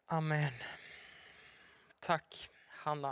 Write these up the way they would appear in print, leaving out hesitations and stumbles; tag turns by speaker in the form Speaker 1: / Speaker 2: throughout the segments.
Speaker 1: Amen. Tack Hanna.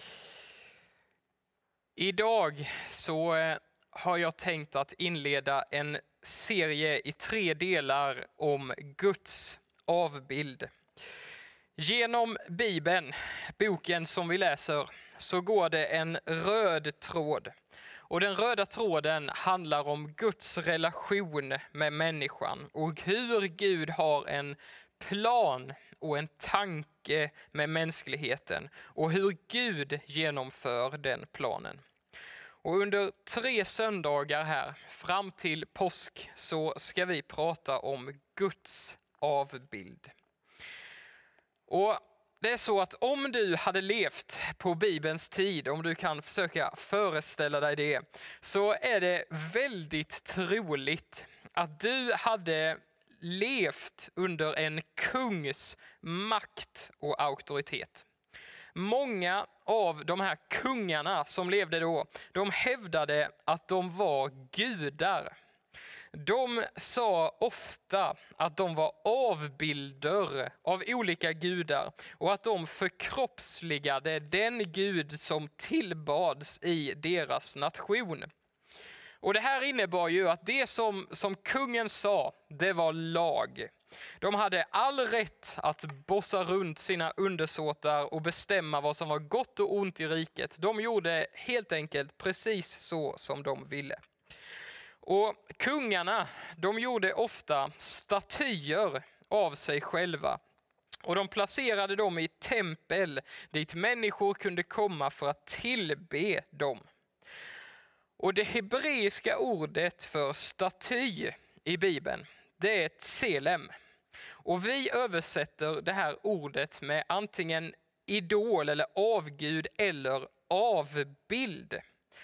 Speaker 1: Idag så har jag tänkt att inleda en serie i 3 delar om Guds avbild. Genom Bibeln, boken som vi läser, så går det en röd tråd. Och den röda tråden handlar om Guds relation med människan och hur Gud har en plan och en tanke med mänskligheten och hur Gud genomför den planen. Och under 3 söndagar här fram till påsk så ska vi prata om Guds avbild. Och det är så att om du hade levt på Bibelns tid, om du kan försöka föreställa dig det, så är det väldigt troligt att du hade levt under en kungs makt och auktoritet. Många av de här kungarna som levde då, de hävdade att de var gudar. De sa ofta att de var avbilder av olika gudar och att de förkroppsligade den gud som tillbads i deras nation. Och det här innebar ju att det som kungen sa, det var lag. De hade all rätt att bossa runt sina undersåtar och bestämma vad som var gott och ont i riket. De gjorde helt enkelt precis så som de ville. Och kungarna, de gjorde ofta statyer av sig själva. Och de placerade dem i tempel dit människor kunde komma för att tillbe dem. Och det hebreiska ordet för staty i Bibeln, det är tselem. Och vi översätter det här ordet med antingen idol eller avgud eller avbild.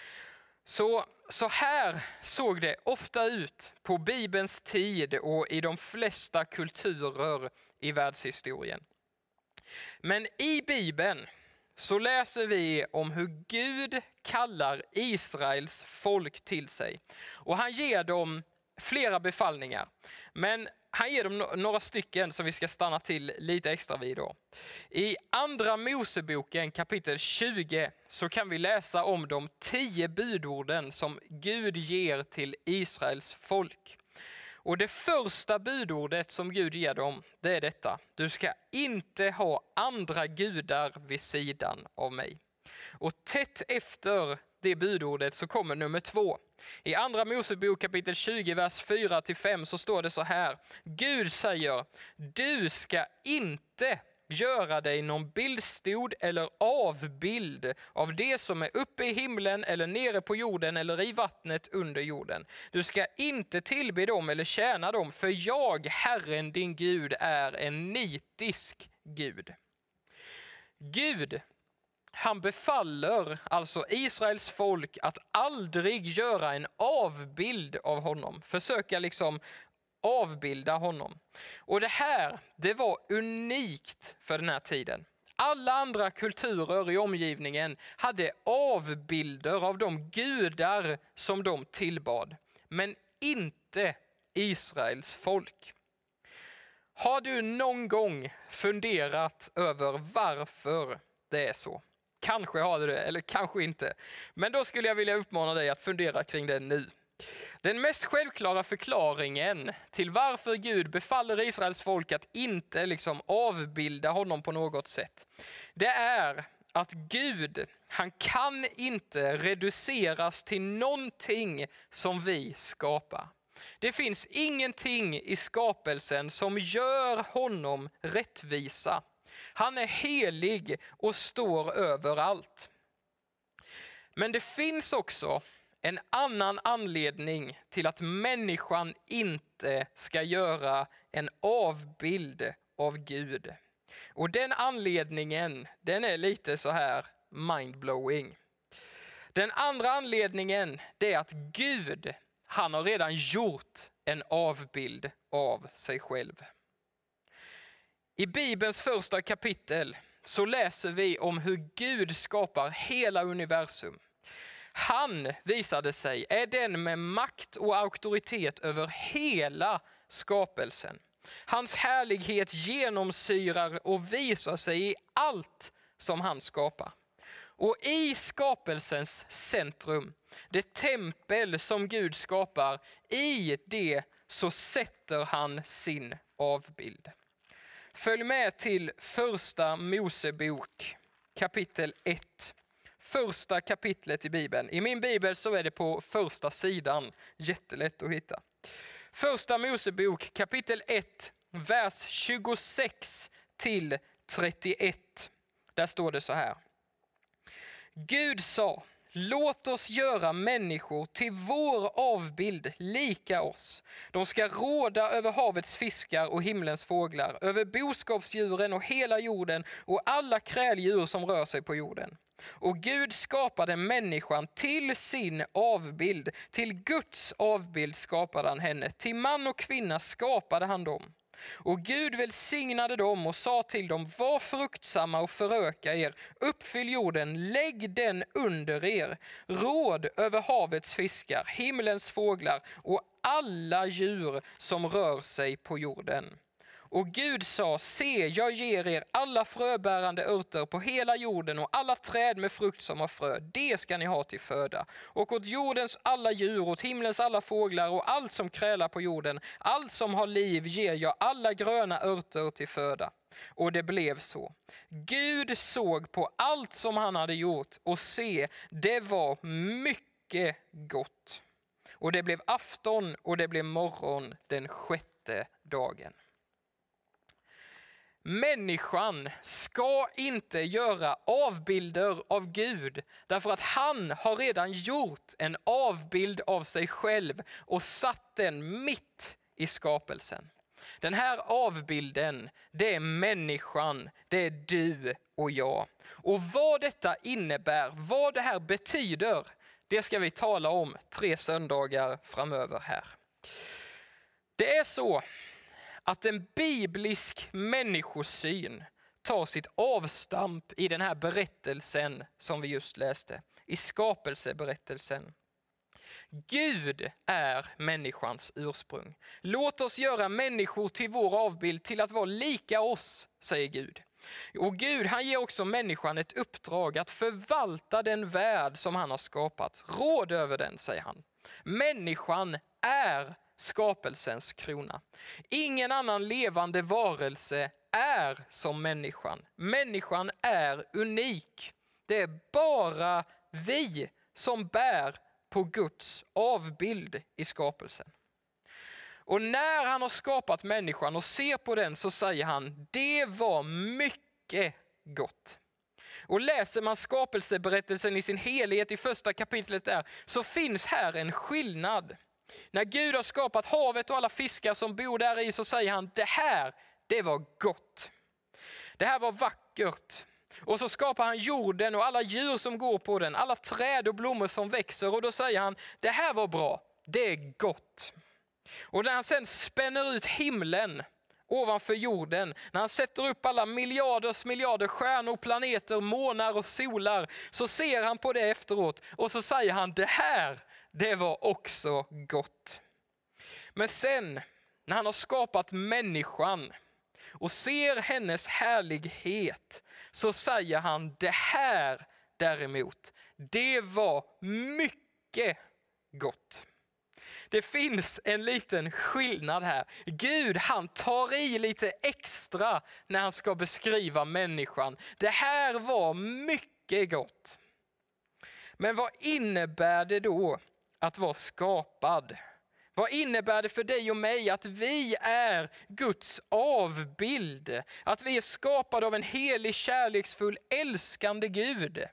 Speaker 1: Så här såg det ofta ut på Bibelns tid och i de flesta kulturer i världshistorien. Men i Bibeln så läser vi om hur Gud kallar Israels folk till sig. Och han ger dem flera befallningar. Men han ger dem några stycken som vi ska stanna till lite extra vid då. I andra Moseboken kapitel 20 så kan vi läsa om de 10 budorden som Gud ger till Israels folk. Och det första budordet som Gud ger dem, det är detta: du ska inte ha andra gudar vid sidan av mig. Och tätt efter det budordet så kommer nummer 2. I andra Mosebok kapitel 20 vers 4-5 så står det så här: Gud säger, du ska inte göra dig någon bildstod eller avbild av det som är uppe i himlen eller nere på jorden eller i vattnet under jorden. Du ska inte tillbe dem eller tjäna dem, för jag, Herren din Gud, är en nitisk Gud. Gud, han befaller alltså Israels folk att aldrig göra en avbild av honom. Försöka avbilda honom. Och det här, det var unikt för den här tiden. Alla andra kulturer i omgivningen hade avbilder av de gudar som de tillbad. Men inte Israels folk. Har du någon gång funderat över varför det är så? Kanske har du det, eller kanske inte. Men då skulle jag vilja uppmana dig att fundera kring det nu. Den mest självklara förklaringen till varför Gud befaller Israels folk att inte avbilda honom på något sätt, det är att Gud, han kan inte reduceras till någonting som vi skapar. Det finns ingenting i skapelsen som gör honom rättvisa. Han är helig och står överallt. Men det finns också en annan anledning till att människan inte ska göra en avbild av Gud. Och den anledningen, den är lite så här mindblowing. Den andra anledningen, det är att Gud, han har redan gjort en avbild av sig själv. I Bibelns första kapitel så läser vi om hur Gud skapar hela universum. Han, visade sig, är den med makt och auktoritet över hela skapelsen. Hans härlighet genomsyrar och visar sig i allt som han skapar. Och i skapelsens centrum, det tempel som Gud skapar, i det så sätter han sin avbild. Följ med till första Mosebok kapitel 1. Första kapitlet i Bibeln. I min bibel så är det på första sidan. Jättelätt att hitta. Första Mosebok kapitel 1, vers 26 till 31. Där står det så här. Gud sa, låt oss göra människor till vår avbild lika oss. De ska råda över havets fiskar och himlens fåglar, över boskapsdjuren och hela jorden och alla kräldjur som rör sig på jorden. Och Gud skapade människan till sin avbild, till Guds avbild skapade han henne, till man och kvinna skapade han dem. Och Gud välsignade dem och sa till dem, var fruktsamma och föröka er, uppfyll jorden, lägg den under er, råd över havets fiskar, himlens fåglar och alla djur som rör sig på jorden. Och Gud sa, se, jag ger er alla fröbärande örter på hela jorden och alla träd med frukt som har frö, det ska ni ha till föda. Och åt jordens alla djur, åt himlens alla fåglar och allt som krälar på jorden, allt som har liv ger jag alla gröna örter till föda. Och det blev så. Gud såg på allt som han hade gjort och se, det var mycket gott. Och det blev afton och det blev morgon den 6:e dagen. Människan ska inte göra avbilder av Gud därför att han har redan gjort en avbild av sig själv och satt den mitt i skapelsen. Den här avbilden, det är människan, det är du och jag. Och vad detta innebär, vad det här betyder, det ska vi tala om 3 söndagar framöver här. Det är så att en biblisk människosyn tar sitt avstamp i den här berättelsen som vi just läste, i skapelseberättelsen. Gud är människans ursprung. Låt oss göra människor till vår avbild, till att vara lika oss, säger Gud. Och Gud, han ger också människan ett uppdrag att förvalta den värld som han har skapat. Råd över den, säger han. Människan är skapelsens krona. Ingen annan levande varelse är som människan. Människan är unik. Det är bara vi som bär på Guds avbild i skapelsen. Och när han har skapat människan och ser på den så säger han, det var mycket gott. Och läser man skapelseberättelsen i sin helhet i första kapitlet där, så finns här en skillnad. När Gud har skapat havet och alla fiskar som bor där i så säger han, det var gott. Det här var vackert. Och så skapar han jorden och alla djur som går på den, alla träd och blommor som växer. Och då säger han, det här var bra, det är gott. Och när han sen spänner ut himlen ovanför jorden, när han sätter upp alla miljarder stjärnor, planeter, månar och solar, så ser han på det efteråt och så säger han, det var också gott. Men sen när han har skapat människan och ser hennes härlighet, så säger han, det här däremot, det var mycket gott. Det finns en liten skillnad här. Gud, han tar i lite extra när han ska beskriva människan. Det här var mycket gott. Men vad innebär det då att vara skapad? Vad innebär det för dig och mig att vi är Guds avbild? Att vi är skapade av en helig, kärleksfull, älskande Gud.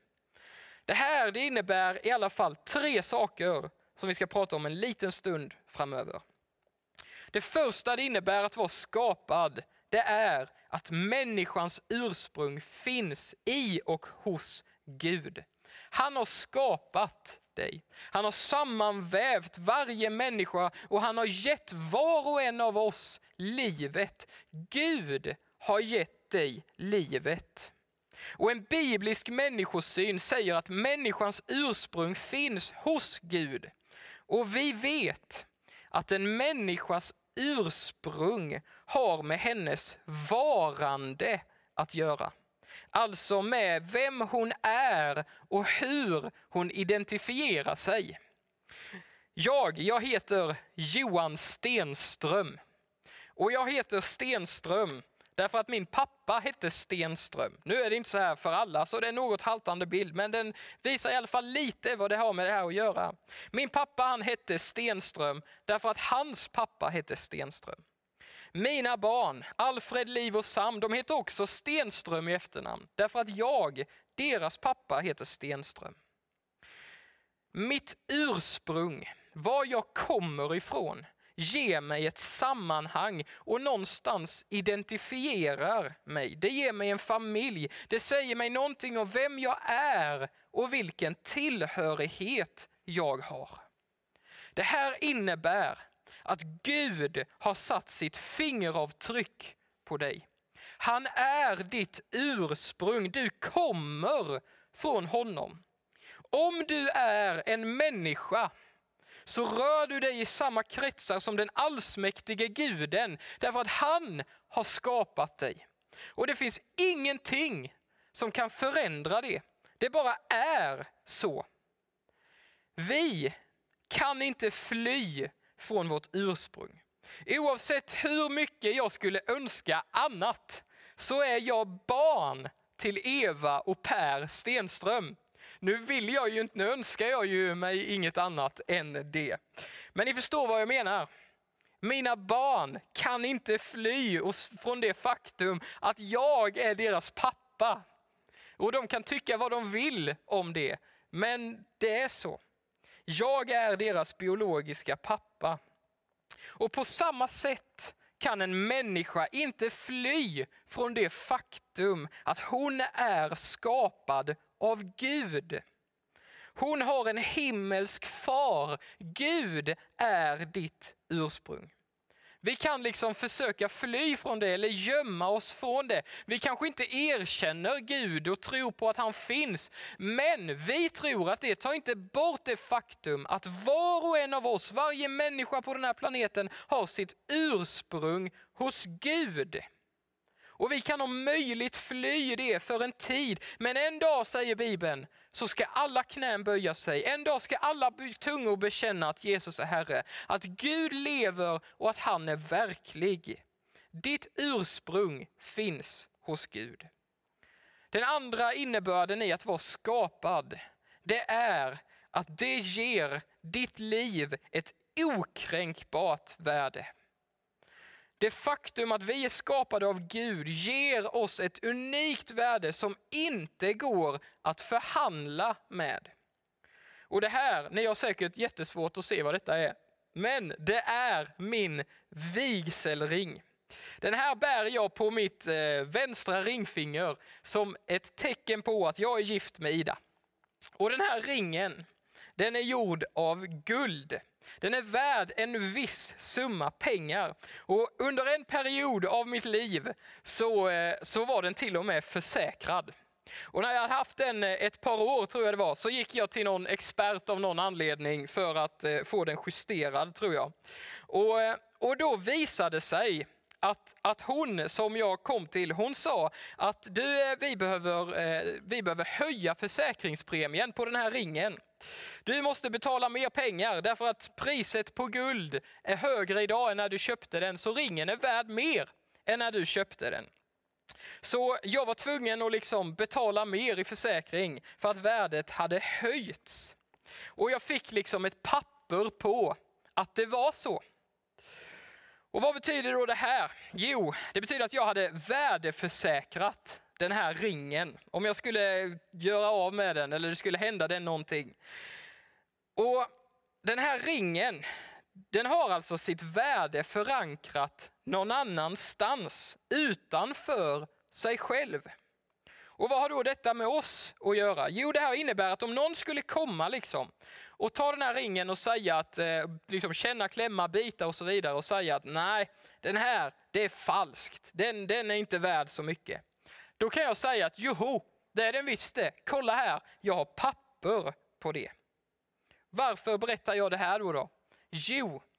Speaker 1: Det innebär i alla fall 3 saker som vi ska prata om en liten stund framöver. Det första det innebär att vara skapad, det är att människans ursprung finns i och hos Gud. Han har skapat dig. Han har sammanvävt varje människa och han har gett var och en av oss livet. Gud har gett dig livet. Och en biblisk människosyn säger att människans ursprung finns hos Gud. Och vi vet att en människas ursprung har med hennes varande att göra. Alltså med vem hon är och hur hon identifierar sig. Jag heter Johan Stenström. Och jag heter Stenström därför att min pappa hette Stenström. Nu är det inte så här för alla, så det är en något haltande bild, men den visar i alla fall lite vad det har med det här att göra. Min pappa, han hette Stenström därför att hans pappa hette Stenström. Mina barn, Alfred, Liv och Sam, de heter också Stenström i efternamn därför att deras pappa, heter Stenström. Mitt ursprung, var jag kommer ifrån, ger mig ett sammanhang och någonstans identifierar mig. Det ger mig en familj. Det säger mig någonting om vem jag är och vilken tillhörighet jag har. Det här innebär att Gud har satt sitt fingeravtryck på dig. Han är ditt ursprung. Du kommer från honom. Om du är en människa så rör du dig i samma kretsar som den allsmäktige guden därför att han har skapat dig. Och det finns ingenting som kan förändra det. Det bara är så. Vi kan inte fly från vårt ursprung. Oavsett hur mycket jag skulle önska annat så är jag barn till Eva och Per Stenström. Nu önskar jag ju mig inget annat än det. Men ni förstår vad jag menar. Mina barn kan inte fly från det faktum att jag är deras pappa. Och de kan tycka vad de vill om det. Men det är så. Jag är deras biologiska pappa. Och på samma sätt kan en människa inte fly från det faktum att hon är skapad av Gud. Hon har en himmelsk far. Gud är ditt ursprung. Vi kan liksom försöka fly från det eller gömma oss från det. Vi kanske inte erkänner Gud och tror på att han finns. Men vi tror att det tar inte bort det faktum att var och en av oss, varje människa på den här planeten har sitt ursprung hos Gud. Och vi kan om möjligt fly det för en tid. Men en dag, säger Bibeln, så ska alla knän böja sig. En dag ska alla tungor bekänna att Jesus är Herre. Att Gud lever och att han är verklig. Ditt ursprung finns hos Gud. Den andra innebörden i att vara skapad, det är att det ger ditt liv ett okränkbart värde. Det faktum att vi är skapade av Gud ger oss ett unikt värde som inte går att förhandla med. Och det här, ni har säkert jättesvårt att se vad detta är. Men det är min vigselring. Den här bär jag på mitt vänstra ringfinger som ett tecken på att jag är gift med Ida. Och den här ringen, den är gjord av guld. Den är värd en viss summa pengar. Och under en period av mitt liv så var den till och med försäkrad. Och när jag hade haft den ett par år, tror jag det var, så gick jag till någon expert av någon anledning för att få den justerad, tror jag. Och då visade sig att hon som jag kom till, hon sa att vi behöver höja försäkringspremien på den här ringen. Du måste betala mer pengar därför att priset på guld är högre idag än när du köpte den. Så ringen är värd mer än när du köpte den. Så jag var tvungen att liksom betala mer i försäkring för att värdet hade höjts. Och jag fick liksom ett papper på att det var så. Och vad betyder då det här? Jo, det betyder att jag hade värdeförsäkrat den här ringen. Om jag skulle göra av med den eller det skulle hända den någonting. Och den här ringen, den har alltså sitt värde förankrat någon annanstans utanför sig själv. Och vad har då detta med oss att göra? Jo, det här innebär att om någon skulle komma och ta den här ringen och säga att känna, klämma, bita och så vidare och säga att nej, den här, det är falskt. Den är inte värd så mycket. Då kan jag säga att joho, det är den visst det. Kolla här, jag har papper på det. Varför berättar jag det här då? Jo,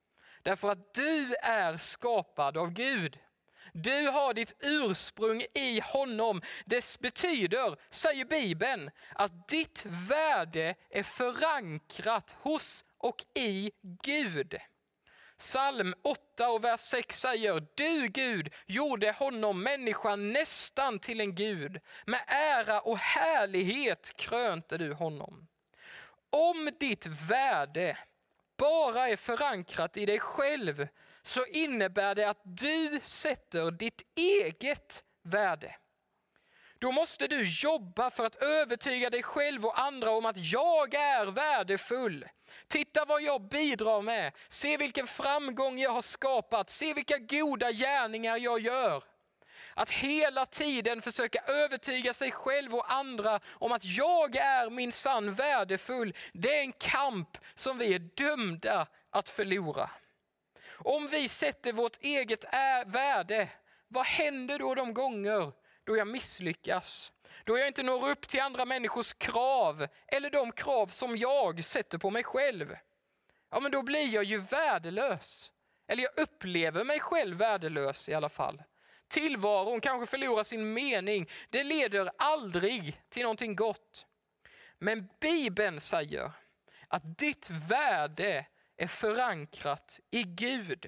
Speaker 1: Därför att du är skapad av Gud. Du har ditt ursprung i honom. Det betyder, säger Bibeln, att ditt värde är förankrat hos och i Gud. Psalm 8 och vers 6 säger: Du Gud gjorde honom, människan, nästan till en Gud. Med ära och härlighet krönte du honom. Om ditt värde bara är förankrat i dig själv, så innebär det att du sätter ditt eget värde. Då måste du jobba för att övertyga dig själv och andra om att jag är värdefull. Titta vad jag bidrar med. Se vilken framgång jag har skapat. Se vilka goda gärningar jag gör. Att hela tiden försöka övertyga sig själv och andra om att jag är minsann värdefull. Det är en kamp som vi är dömda att förlora. Om vi sätter vårt eget värde, vad händer då de gånger då jag misslyckas? Då jag inte når upp till andra människors krav eller de krav som jag sätter på mig själv. Ja, men då blir jag ju värdelös. Eller jag upplever mig själv värdelös i alla fall. Tillvaron kanske förlorar sin mening. Det leder aldrig till någonting gott. Men Bibeln säger att ditt värde är förankrat i Gud.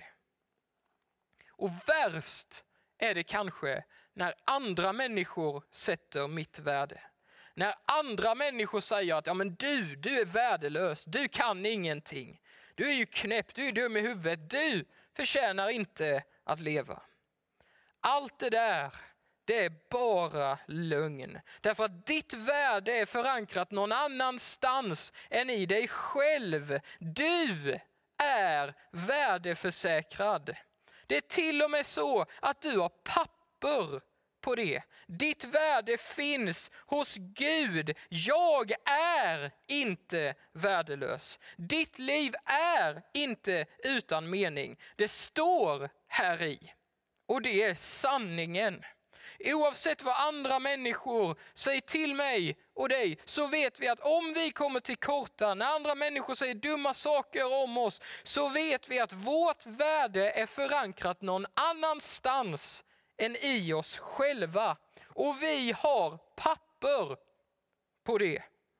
Speaker 1: Och värst är det kanske när andra människor sätter mitt värde. När andra människor säger att ja, men du är värdelös, du kan ingenting. Du är ju knäpp, du är dum i huvudet, du förtjänar inte att leva. Allt det där, det är bara lögn. Därför att ditt värde är förankrat någon annanstans än i dig själv. Du är värdeförsäkrad. Det är till och med så att du har papper på det. Ditt värde finns hos Gud. Jag är inte värdelös. Ditt liv är inte utan mening. Det står här i. Och det är sanningen. Oavsett vad andra människor säger till mig och dig, så vet vi att om vi kommer till korta, när andra människor säger dumma saker om oss, så vet vi att vårt värde är förankrat någon annanstans än i oss själva. Och vi har papper på det.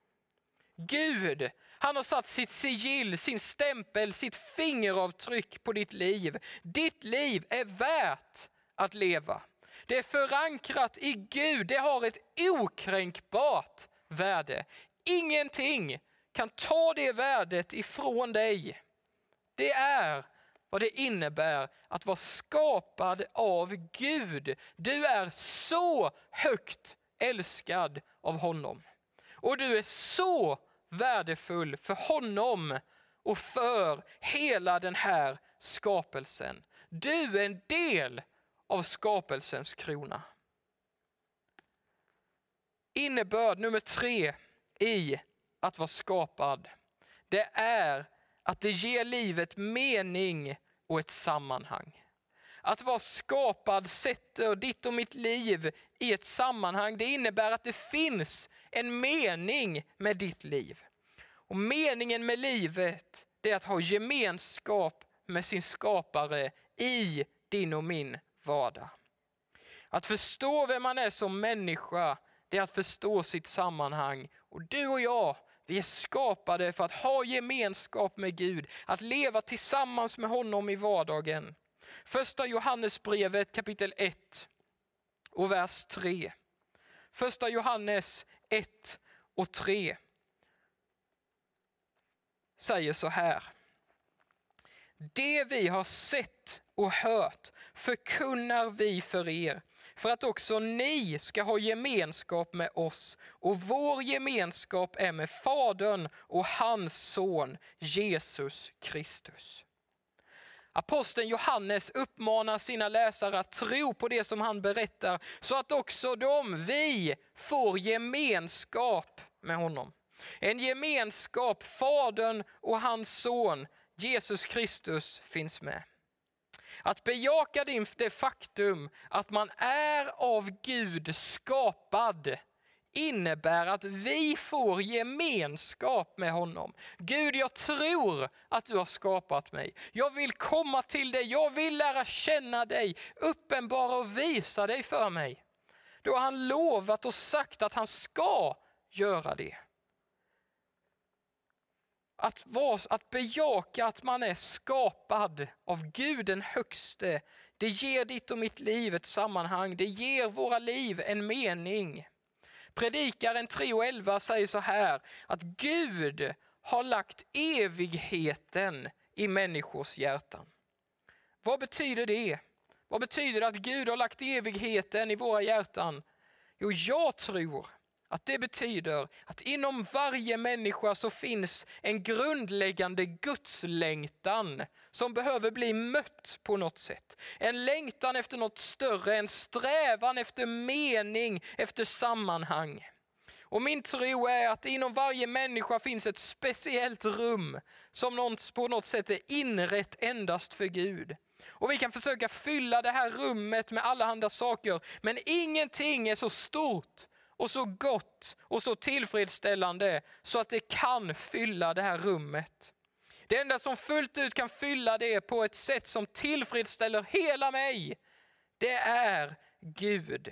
Speaker 1: Gud, han har satt sitt sigill, sin stämpel, sitt fingeravtryck på ditt liv. Ditt liv är värt att leva. Det är förankrat i Gud. Det har ett okränkbart värde. Ingenting kan ta det värdet ifrån dig. Det är vad det innebär att vara skapad av Gud. Du är så högt älskad av honom. Och du är så värdefull för honom och för hela den här skapelsen. Du är en del av skapelsens krona. Innebörd nummer 3 i att vara skapad, det är att det ger livet mening och ett sammanhang. Att vara skapad sätter ditt och mitt liv i ett sammanhang. Det innebär att det finns en mening med ditt liv. Och meningen med livet, det är att ha gemenskap med sin skapare i din och min vardag. Att förstå vem man är som människa, det är att förstå sitt sammanhang. Och du och jag, vi är skapade för att ha gemenskap med Gud. Att leva tillsammans med honom i vardagen. Första Johannesbrevet kapitel 1 och vers 3. Första Johannes 1 och 3 säger så här. Det vi har sett och hört förkunnar vi för er, för att också ni ska ha gemenskap med oss. Och vår gemenskap är med Fadern och hans son Jesus Kristus. Aposteln Johannes uppmanar sina läsare att tro på det som han berättar, så att också vi får gemenskap med honom. En gemenskap, Fadern och hans son Jesus Kristus finns med. Att bejaka det faktum att man är av Gud skapad innebär att vi får gemenskap med honom. Gud, jag tror att du har skapat mig. Jag vill komma till dig, jag vill lära känna dig, uppenbara och visa dig för mig. Då har han lovat och sagt att han ska göra det. Att bejaka att man är skapad av Gud den högste, det ger ditt och mitt liv ett sammanhang. Det ger våra liv en mening. Predikaren 3:11 säger så här, att Gud har lagt evigheten i människors hjärtan. Vad betyder det? Vad betyder det att Gud har lagt evigheten i våra hjärtan? Jo, jag tror att det betyder att inom varje människa så finns en grundläggande gudslängtan som behöver bli mött på något sätt. En längtan efter något större, en strävan efter mening, efter sammanhang. Och min tro är att inom varje människa finns ett speciellt rum som på något sätt är inrätt endast för Gud. Och vi kan försöka fylla det här rummet med alla andra saker, men ingenting är så stort och så gott och så tillfredsställande så att det kan fylla det här rummet. Det enda som fullt ut kan fylla det på ett sätt som tillfredsställer hela mig, det är Gud.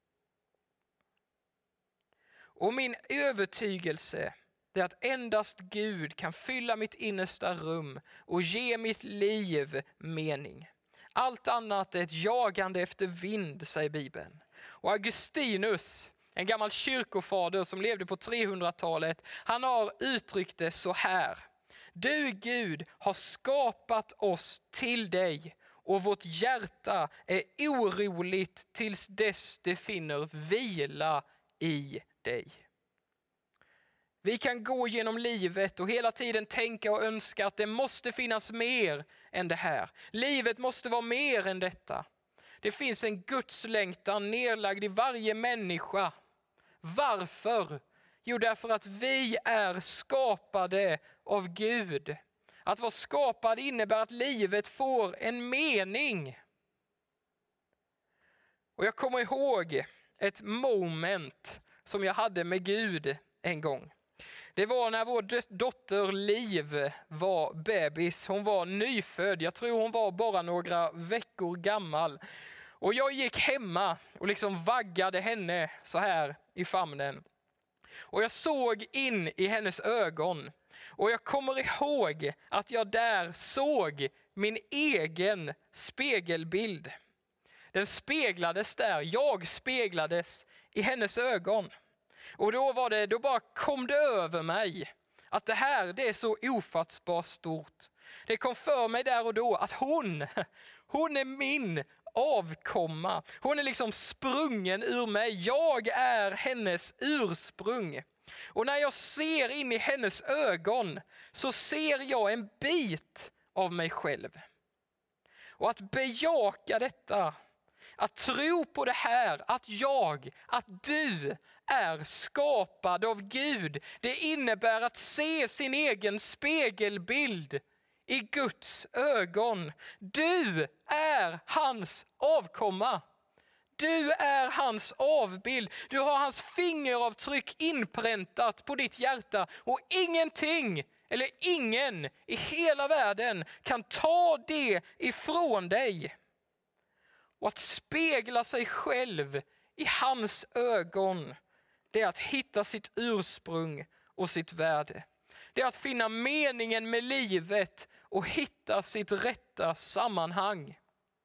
Speaker 1: Och min övertygelse är att endast Gud kan fylla mitt innersta rum och ge mitt liv mening. Allt annat är ett jagande efter vind, säger Bibeln. Och Augustinus, en gammal kyrkofader som levde på 300-talet, han har uttryckt det så här. Du Gud har skapat oss till dig och vårt hjärta är oroligt tills dess det finner vila i dig. Vi kan gå genom livet och hela tiden tänka och önska att det måste finnas mer än det här. Livet måste vara mer än detta. Det finns en gudslängtan nedlagd i varje människa. Varför? Jo, därför att vi är skapade av Gud. Att vara skapad innebär att livet får en mening. Och jag kommer ihåg ett moment som jag hade med Gud en gång. Det var när vår dotter Liv var bebis. Hon var nyfödd. Jag tror hon var bara några veckor gammal. Och jag gick hemma och liksom vaggade henne så här i famnen. Och jag såg in i hennes ögon. Och jag kommer ihåg att jag där såg min egen spegelbild. Den speglades där. Jag speglades i hennes ögon. Och då bara kom det över mig att det är så ofattbart stort. Det kom för mig där och då att hon är min avkomma. Hon är liksom sprungen ur mig. Jag är hennes ursprung. Och när jag ser in i hennes ögon så ser jag en bit av mig själv. Och att bejaka detta, att tro på det här, att du är skapad av Gud. Det innebär att se sin egen spegelbild i Guds ögon. Du är hans avkomma. Du är hans avbild. Du har hans fingeravtryck inpräntat på ditt hjärta. Och ingenting eller ingen i hela världen kan ta det ifrån dig. Och att spegla sig själv i hans ögon, det är att hitta sitt ursprung och sitt värde. Det är att finna meningen med livet och hitta sitt rätta sammanhang.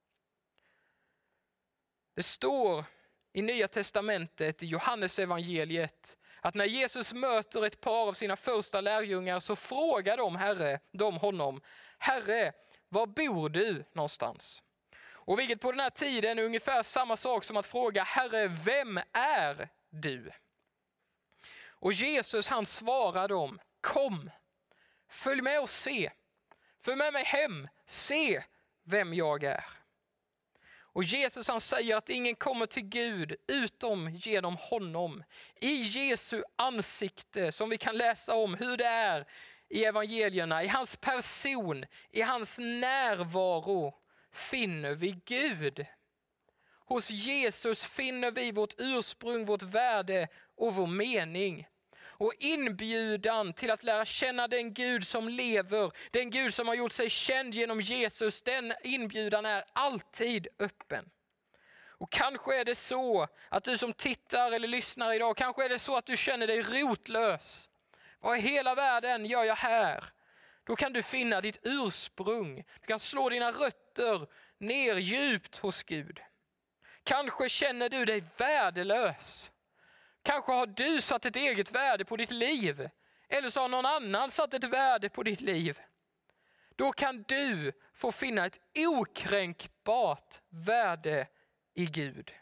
Speaker 1: Det står i Nya testamentet, i Johannes evangeliet, att när Jesus möter ett par av sina första lärjungar så frågar de honom, Herre, var bor du någonstans? Och vilket på den här tiden är ungefär samma sak som att fråga, Herre, vem är du? Och Jesus han svarar dem, kom, följ med och se. Följ med mig hem, se vem jag är. Och Jesus han säger att ingen kommer till Gud utom genom honom. I Jesu ansikte, som vi kan läsa om hur det är i evangelierna, i hans person, i hans närvaro finner vi Gud. Hos Jesus finner vi vårt ursprung, vårt värde och vår mening. Och inbjudan till att lära känna den Gud som lever, den Gud som har gjort sig känd genom Jesus, den inbjudan är alltid öppen. Och kanske är det så att du som tittar eller lyssnar idag, kanske är det så att du känner dig rotlös. Vad i hela världen gör jag här? Då kan du finna ditt ursprung. Du kan slå dina rötter ner djupt hos Gud. Kanske känner du dig värdelös. Kanske har du satt ett eget värde på ditt liv. Eller så har någon annan satt ett värde på ditt liv. Då kan du få finna ett okränkbart värde i Gud.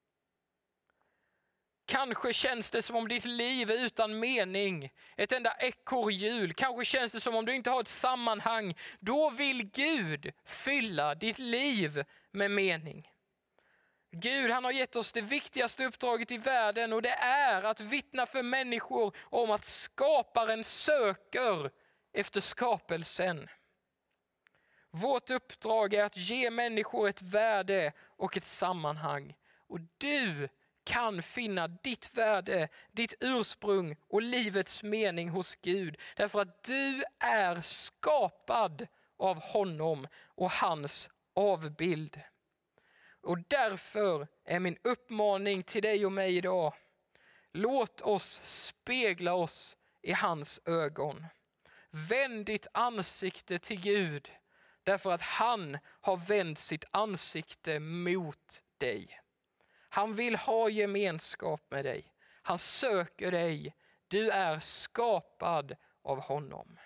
Speaker 1: Kanske känns det som om ditt liv är utan mening, ett enda ekorrhjul. Kanske känns det som om du inte har ett sammanhang. Då vill Gud fylla ditt liv med mening. Gud, han har gett oss det viktigaste uppdraget i världen, och det är att vittna för människor om att skaparen söker efter skapelsen. Vårt uppdrag är att ge människor ett värde och ett sammanhang. Och du kan finna ditt värde, ditt ursprung och livets mening hos Gud. Därför att du är skapad av honom och hans avbild. Och därför är min uppmaning till dig och mig idag: låt oss spegla oss i hans ögon. Vänd ditt ansikte till Gud, därför att han har vänt sitt ansikte mot dig. Han vill ha gemenskap med dig. Han söker dig. Du är skapad av honom.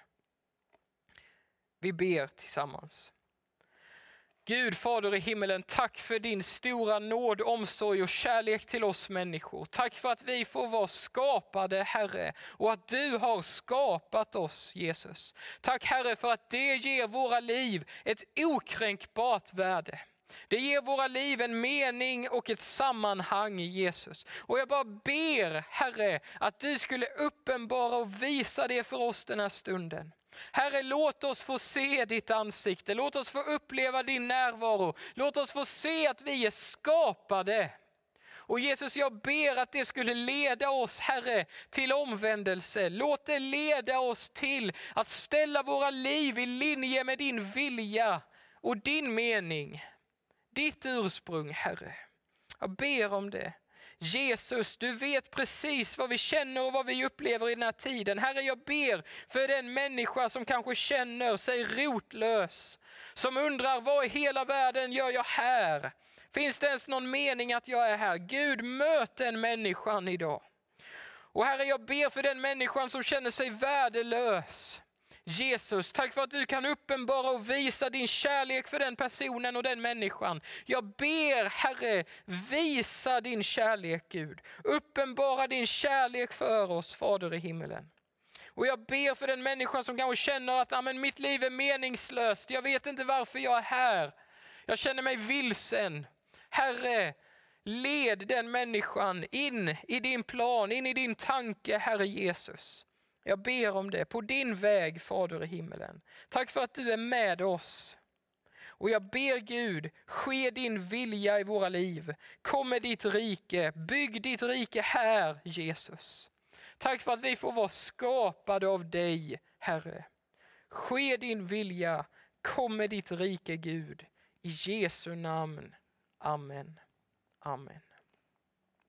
Speaker 1: Vi ber tillsammans. Gud, Fader i himmelen, tack för din stora nåd, omsorg och kärlek till oss människor. Tack för att vi får vara skapade, Herre, och att du har skapat oss, Jesus. Tack, Herre, för att det ger våra liv ett okränkbart värde. Det ger våra liv en mening och ett sammanhang i Jesus. Och jag bara ber, Herre, att du skulle uppenbara och visa det för oss den här stunden. Herre, låt oss få se ditt ansikte. Låt oss få uppleva din närvaro. Låt oss få se att vi är skapade. Och Jesus, jag ber att det skulle leda oss, Herre, till omvändelse. Låt det leda oss till att ställa våra liv i linje med din vilja och din mening. Ditt ursprung, Herre. Jag ber om det. Jesus, du vet precis vad vi känner och vad vi upplever i den här tiden. Herre, jag ber för den människa som kanske känner sig rotlös. Som undrar, vad i hela världen gör jag här? Finns det ens någon mening att jag är här? Gud, möt den människan idag. Och Herre, jag ber för den människan som känner sig värdelös. Jesus, tack för att du kan uppenbara och visa din kärlek för den personen och den människan. Jag ber, Herre, visa din kärlek, Gud. Uppenbara din kärlek för oss, Fader i himmelen. Och jag ber för den människan som kanske känner att mitt liv är meningslöst. Jag vet inte varför jag är här. Jag känner mig vilsen. Herre, led den människan in i din plan, in i din tanke, Herre Jesus. Jag ber om det på din väg, Fader i himmelen. Tack för att du är med oss. Och jag ber Gud, ske din vilja i våra liv. Kom med ditt rike, bygg ditt rike här, Jesus. Tack för att vi får vara skapade av dig, Herre. Ske din vilja, kom med ditt rike, Gud. I Jesu namn. Amen. Amen.